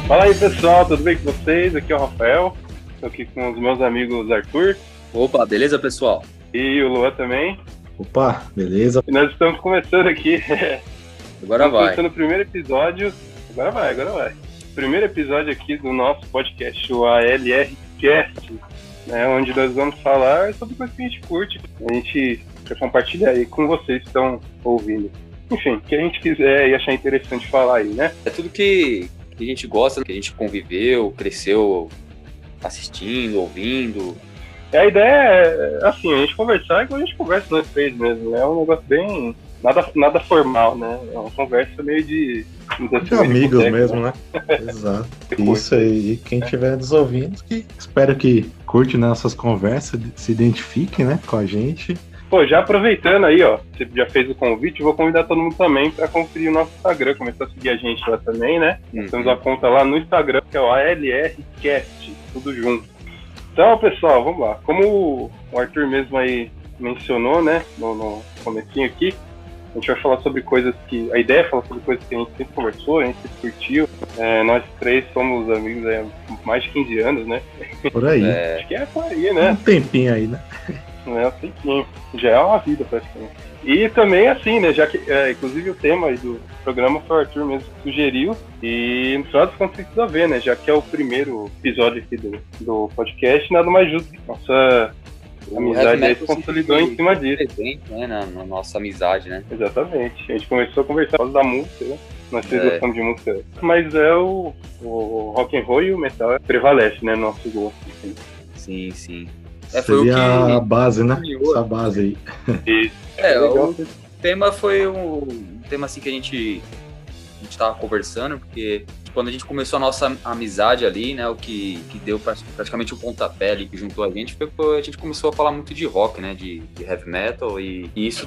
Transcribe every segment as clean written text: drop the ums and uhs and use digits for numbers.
Fala aí pessoal, tudo bem com vocês? Aqui é o Rafael, estou aqui com os meus amigos Arthur. Opa, beleza pessoal? E o Luan também. Opa, beleza? E nós estamos começando aqui. Agora vai. Começando o primeiro episódio. Agora vai. Primeiro episódio aqui do nosso podcast, o ALRcast, né, onde nós vamos falar sobre coisas que a gente curte. A gente quer compartilhar aí com vocês que estão ouvindo. Enfim, o que a gente quiser e achar interessante falar aí, né? É tudo que a gente gosta, que a gente conviveu, cresceu assistindo, ouvindo. A ideia é, assim, a gente conversar igual a gente conversa nós três mesmo. É um negócio bem... Nada formal, né? É uma conversa meio de amigos mesmo, né? Exato. Isso aí, quem estiver nos ouvindo, que espero que curte nossas conversas, se identifique, né, com a gente. Pô, já aproveitando aí, ó, você já fez o convite, vou convidar todo mundo também para conferir o nosso Instagram, começar a seguir a gente lá também, né? Temos uma conta lá no Instagram, que é o ALRcast, tudo junto. Então, pessoal, vamos lá. Como o Arthur mesmo aí mencionou, né, no comecinho aqui, a gente vai falar sobre coisas que... A ideia é falar sobre coisas que a gente sempre conversou, a gente sempre curtiu. Nós três somos amigos há mais de 15 anos, né? Por aí. Acho que é por aí, né? Um tempinho aí, né? É um tempinho. Já é uma vida, praticamente. E também, assim, né? Já que, inclusive, o tema aí do programa foi o Arthur mesmo que sugeriu. E no final das contas tem tudo a ver, né? Já que é o primeiro episódio aqui do podcast, nada mais justo que nossa... A amizade aí se consolidou em cima disso. Presente, né, na nossa amizade, né? Exatamente. A gente começou a conversar por causa da música, né? Nós três gostamos de música. Mas o rock and roll e o metal prevalece, né? No nosso gosto. Assim. Sim. Seria a base, né? Essa base aí. Isso. O tema foi um tema assim que a gente tava conversando, porque quando a gente começou a nossa amizade ali, né, o que deu praticamente o pontapé ali, que juntou a gente, foi que a gente começou a falar muito de rock, né, de heavy metal, e isso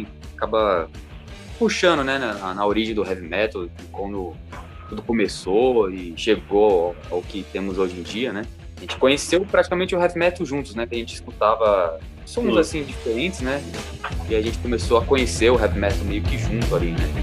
acaba puxando, né, na origem do heavy metal, quando tudo começou e chegou ao que temos hoje em dia, né. A gente conheceu praticamente o heavy metal juntos, né, que a gente escutava, somos assim diferentes, né, e a gente começou a conhecer o heavy metal meio que junto ali, né.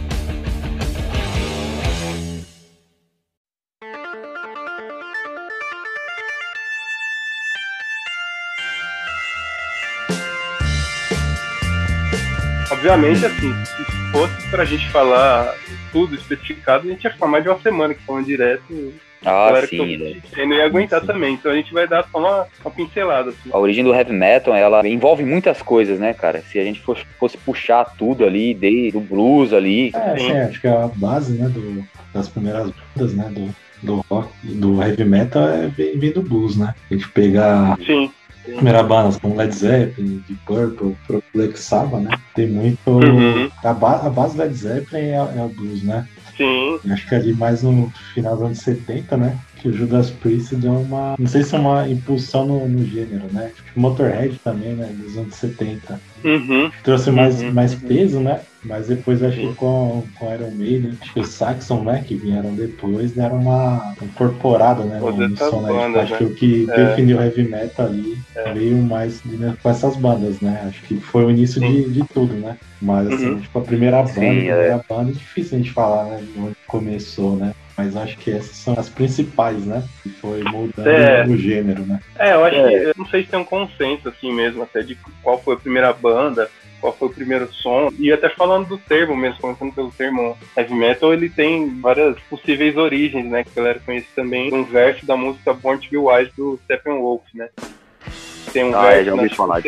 Obviamente, assim, se fosse pra gente falar tudo especificado, a gente ia ficar mais de uma semana que falando direto. Sim, né? Eu não ia aguentar também, então a gente vai dar só uma pincelada. Assim. A origem do heavy metal, ela envolve muitas coisas, né, cara? Se a gente fosse puxar tudo ali, desde o blues ali... Acho que a base, né, das primeiras bandas, né, do rock, do heavy metal vem do blues, né? A gente pegar... Sim. Primeira banda como Led Zeppelin, Deep Purple, Black Sabbath, né? Tem muito... A base do Led Zeppelin é o blues, né? Sim. Acho que ali mais no final dos anos 70, né? Que o Judas Priest deu uma... Não sei se é uma impulsão no gênero, né? Acho que o Motorhead também, né? Dos anos 70. Trouxe mais peso, né? Mas depois acho que com Iron Maiden, acho que os Saxon, né? Que vieram depois, deram uma incorporada, né? No som, né? Acho que o que definiu o heavy metal ali veio mais com essas bandas, né? Acho que foi o início de tudo, né? Mas assim, tipo, a primeira banda é difícil a gente falar, né? De onde começou, né? Mas acho que essas são as principais, né? Que foi mudando o gênero, né? Eu acho que, não sei se tem um consenso assim mesmo, até de qual foi a primeira banda, qual foi o primeiro som. E até falando do termo mesmo, começando pelo termo heavy metal, ele tem várias possíveis origens, né? Que a galera conhece também um verso da música Born to Be Wild do Steppenwolf, né? Tem um verso na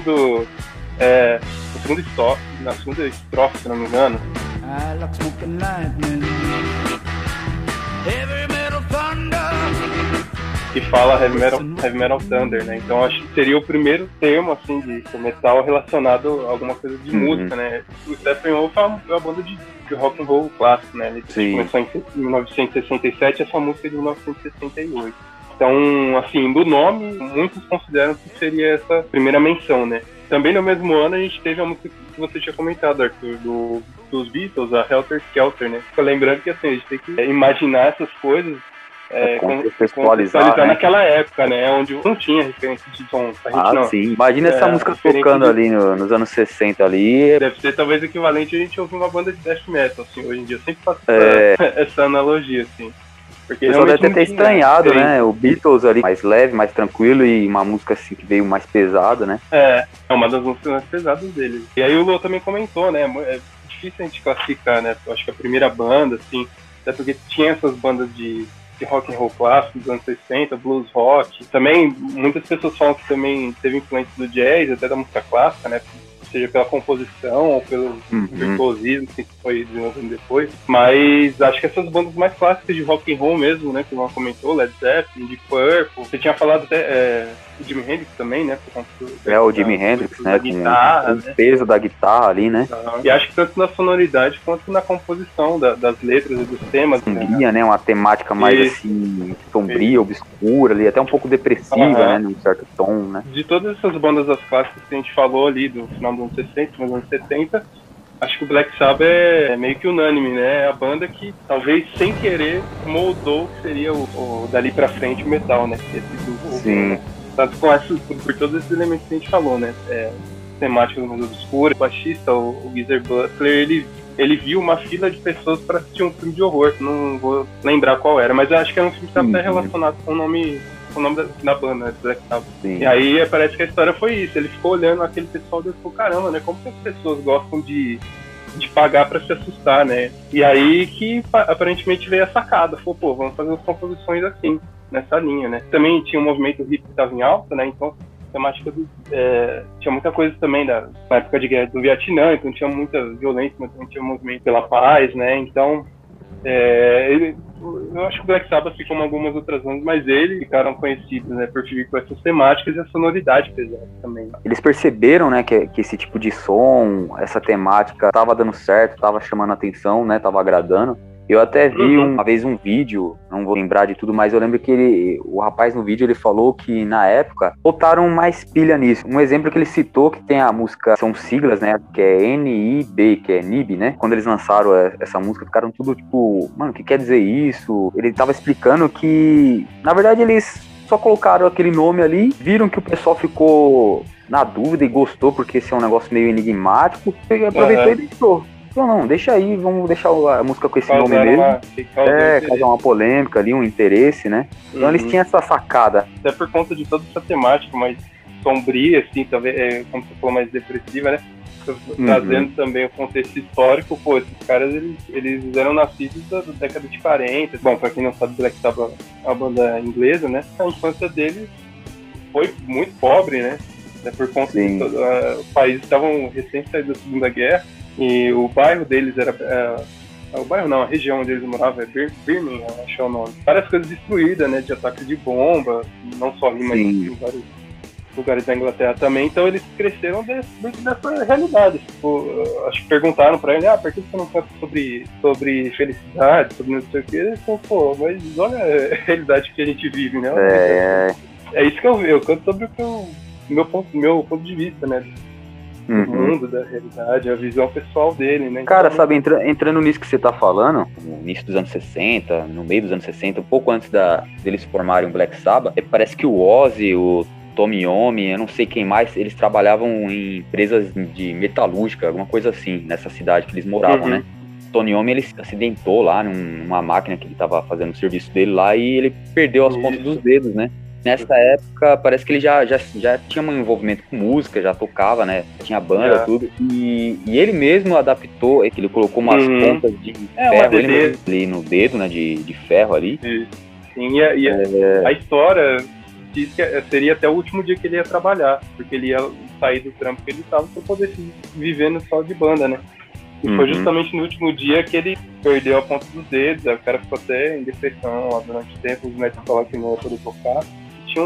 segunda estrofe, se não me engano. Que fala heavy metal thunder, né? Então acho que seria o primeiro termo assim de metal relacionado a alguma coisa de música, né? O Steppenwolf é uma banda de rock and roll clássico, né? Ele começou em 1967, essa música é de 1968. Então, assim, do nome, muitos consideram que seria essa primeira menção, né? Também no mesmo ano a gente teve a música que você tinha comentado, Arthur, dos Beatles, a Helter Skelter, né? Fico lembrando que assim, a gente tem que imaginar essas coisas contextualizar naquela época, né? Onde não tinha referência de som. Sim. Imagina essa música tocando ali nos anos 60 ali. Deve ser talvez equivalente a gente ouvir uma banda de death metal, assim, hoje em dia. Eu sempre faço essa analogia, assim. Porque só deve ter estranhado, né? O Beatles ali, mais leve, mais tranquilo, e uma música assim que veio mais pesada, né? É uma das músicas mais pesadas dele. E aí o Lô também comentou, né? É difícil a gente classificar, né? Eu acho que a primeira banda, assim, até porque tinha essas bandas de rock and roll clássico dos anos 60, blues rock. Também, muitas pessoas falam que também teve influência do jazz, até da música clássica, né? Seja pela composição ou pelo virtuosismo que foi desenvolvendo depois. Mas acho que essas bandas mais clássicas de rock and roll mesmo, né? Que o Juan comentou, Led Zeppelin, Deep Purple. Você tinha falado até o Jimi Hendrix também, né? O Jimi Hendrix, né? Com o peso da guitarra ali, né? E acho que tanto na sonoridade quanto na composição das letras e dos temas. Sombria, né? Uma temática mais assim, sombria, obscura ali, até um pouco depressiva, né? Num certo tom, né? De todas essas bandas das clássicas que a gente falou ali do final dos anos 60, nos anos 70, acho que o Black Sabbath é meio que unânime, né? É a banda que, talvez sem querer, moldou o que seria o dali pra frente o metal, né? Sim. Tanto por todos esses elementos que a gente falou, né? Temática do mundo obscuro, o baixista, o Geezer Butler, ele viu uma fila de pessoas para assistir um filme de horror, não vou lembrar qual era, mas eu acho que era um filme que estava até relacionado com o nome da banda, né, Black Sabbath. E aí parece que a história foi isso, ele ficou olhando aquele pessoal e falou, caramba, né, como que as pessoas gostam de pagar para se assustar, né? E aí que aparentemente veio a sacada, falou, pô, vamos fazer as composições assim, nessa linha, né? Também tinha um movimento hippie que estava em alta, né, então temática tinha muita coisa também na época de guerra do Vietnã, então tinha muita violência, mas também tinha um movimento pela paz, né? Então eu acho que o Black Sabbath ficou com algumas outras bandas, mas eles ficaram conhecidos, né, por vir com essas temáticas e a sonoridade pesada também. Eles perceberam, né, que esse tipo de som, essa temática tava dando certo, tava chamando atenção, né, tava agradando. Eu até vi uma vez um vídeo, não vou lembrar de tudo, mas eu lembro que o rapaz no vídeo ele falou que na época botaram mais pilha nisso. Um exemplo que ele citou, que tem a música, são siglas, né, que é N-I-B, que é NIB, né? Quando eles lançaram essa música, ficaram tudo tipo, mano, o que quer dizer isso? Ele tava explicando que, na verdade, eles só colocaram aquele nome ali, viram que o pessoal ficou na dúvida e gostou, porque esse é um negócio meio enigmático, e aproveitou e deixou. Não, deixa aí, vamos deixar a música com esse nome mesmo. Causar uma polêmica ali, um interesse, né? Então eles tinham essa sacada. Até por conta de toda essa temática mais sombria, assim, talvez, como você falou, mais depressiva, né? Trazendo também o contexto histórico, pô, esses caras, eles eram nascidos da década de 40. Bom, pra quem não sabe, Black Sabbath é uma banda inglesa, né? A infância deles foi muito pobre, né? Até por conta de os países estavam recém saídos da Segunda Guerra. E o bairro deles era... o bairro não, a região onde eles moravam é Birmingham, acho que é o nome. Várias coisas destruídas, né? De ataques de bomba, não só ali, mas em vários lugares da Inglaterra também. Então eles cresceram dentro dessa realidade. Tipo, acho que perguntaram pra ele, por que você não canta sobre felicidade, sobre não sei o que? Ele falou, pô, mas olha a realidade que a gente vive, né? É isso que eu canto sobre o meu ponto de vista, né? Do mundo, da realidade, a visão pessoal dele, né? Cara, então, sabe, entrando nisso que você tá falando, no início dos anos 60, no meio dos anos 60, um pouco antes deles formarem o Black Sabbath, parece que o Ozzy, o Tommy Iommi, eu não sei quem mais, eles trabalhavam em empresas de metalúrgica, alguma coisa assim, nessa cidade que eles moravam, né? Tony Iommi, ele se acidentou lá numa máquina que ele tava fazendo o serviço dele lá e ele perdeu as pontas dos dedos, né? Nessa época, parece que ele já tinha um envolvimento com música, já tocava, né? Tinha banda, tudo. E ele mesmo adaptou, ele colocou umas pontas de ferro ali no dedo, né? De ferro ali. Sim, a história diz que seria até o último dia que ele ia trabalhar, porque ele ia sair do trampo que ele estava para poder viver no solo de banda, né? E foi justamente no último dia que ele perdeu a ponta dos dedos, o cara ficou até em depressão lá durante tempo, os médicos falaram que não ia poder tocar. Tinha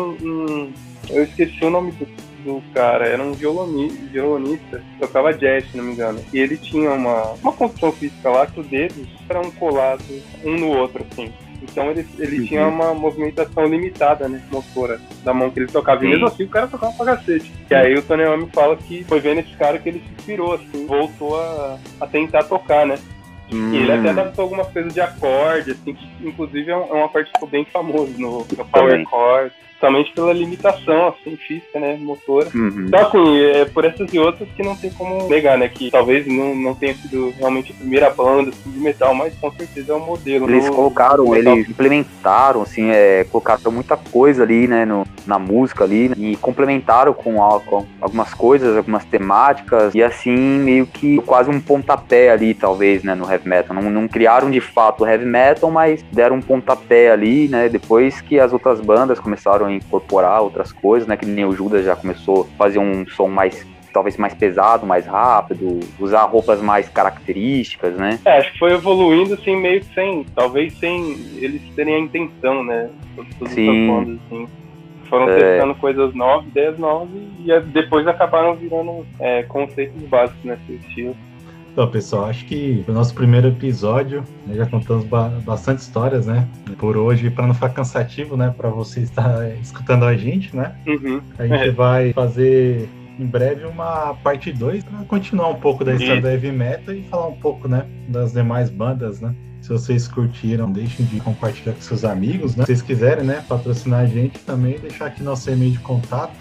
eu esqueci o nome do cara, era um violonista, tocava jazz, se não me engano. E ele tinha uma construção física lá que os dedos eram colados um no outro, assim. Então ele tinha uma movimentação limitada, né, motora, da mão que ele tocava. E mesmo assim o cara tocava pra cacete. E aí o Tony Iommi fala que foi vendo esse cara que ele se inspirou, assim, voltou a tentar tocar, né. E ele até adaptou algumas coisas de acorde, assim, que inclusive é uma parte que ficou bem famosa no Power Chord. justamente pela limitação, assim, física, né, motora. Então, assim, por essas e outras que não tem como negar, né, que talvez não tenha sido realmente a primeira banda assim, de metal, mas com certeza é um modelo. Eles eles implementaram, assim, colocaram muita coisa ali, né, na música ali, né, e complementaram com algumas coisas, algumas temáticas, e assim, meio que quase um pontapé ali, talvez, né, no heavy metal. Não criaram de fato o heavy metal, mas deram um pontapé ali, né, depois que as outras bandas começaram a incorporar outras coisas, né, que nem o Judas já começou a fazer um som talvez mais pesado, mais rápido, usar roupas mais características, né? Acho que foi evoluindo, assim, meio que talvez sem eles terem a intenção, né? Todas essas bandas, assim. Foram testando coisas novas, ideias novas, e depois acabaram virando conceitos básicos nesse estilo. Então, pessoal, acho que o nosso primeiro episódio, né, já contamos bastante histórias, né? Por hoje, para não ficar cansativo, né? Para você estar escutando a gente, né? A gente vai fazer em breve uma parte 2 para continuar um pouco da história da heavy metal e falar um pouco, né, das demais bandas, né? Se vocês curtiram, deixem de compartilhar com seus amigos, né? Se vocês quiserem, né, patrocinar a gente também, deixar aqui nosso e-mail de contato,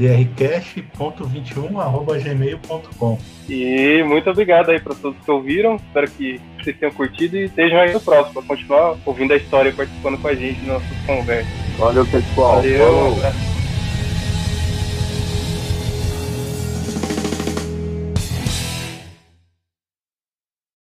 lrcast.21@gmail.com. E muito obrigado aí para todos que ouviram, espero que vocês tenham curtido e estejam aí no próximo, para continuar ouvindo a história e participando com a gente nas nossas conversas. Valeu, pessoal. Valeu, um abraço.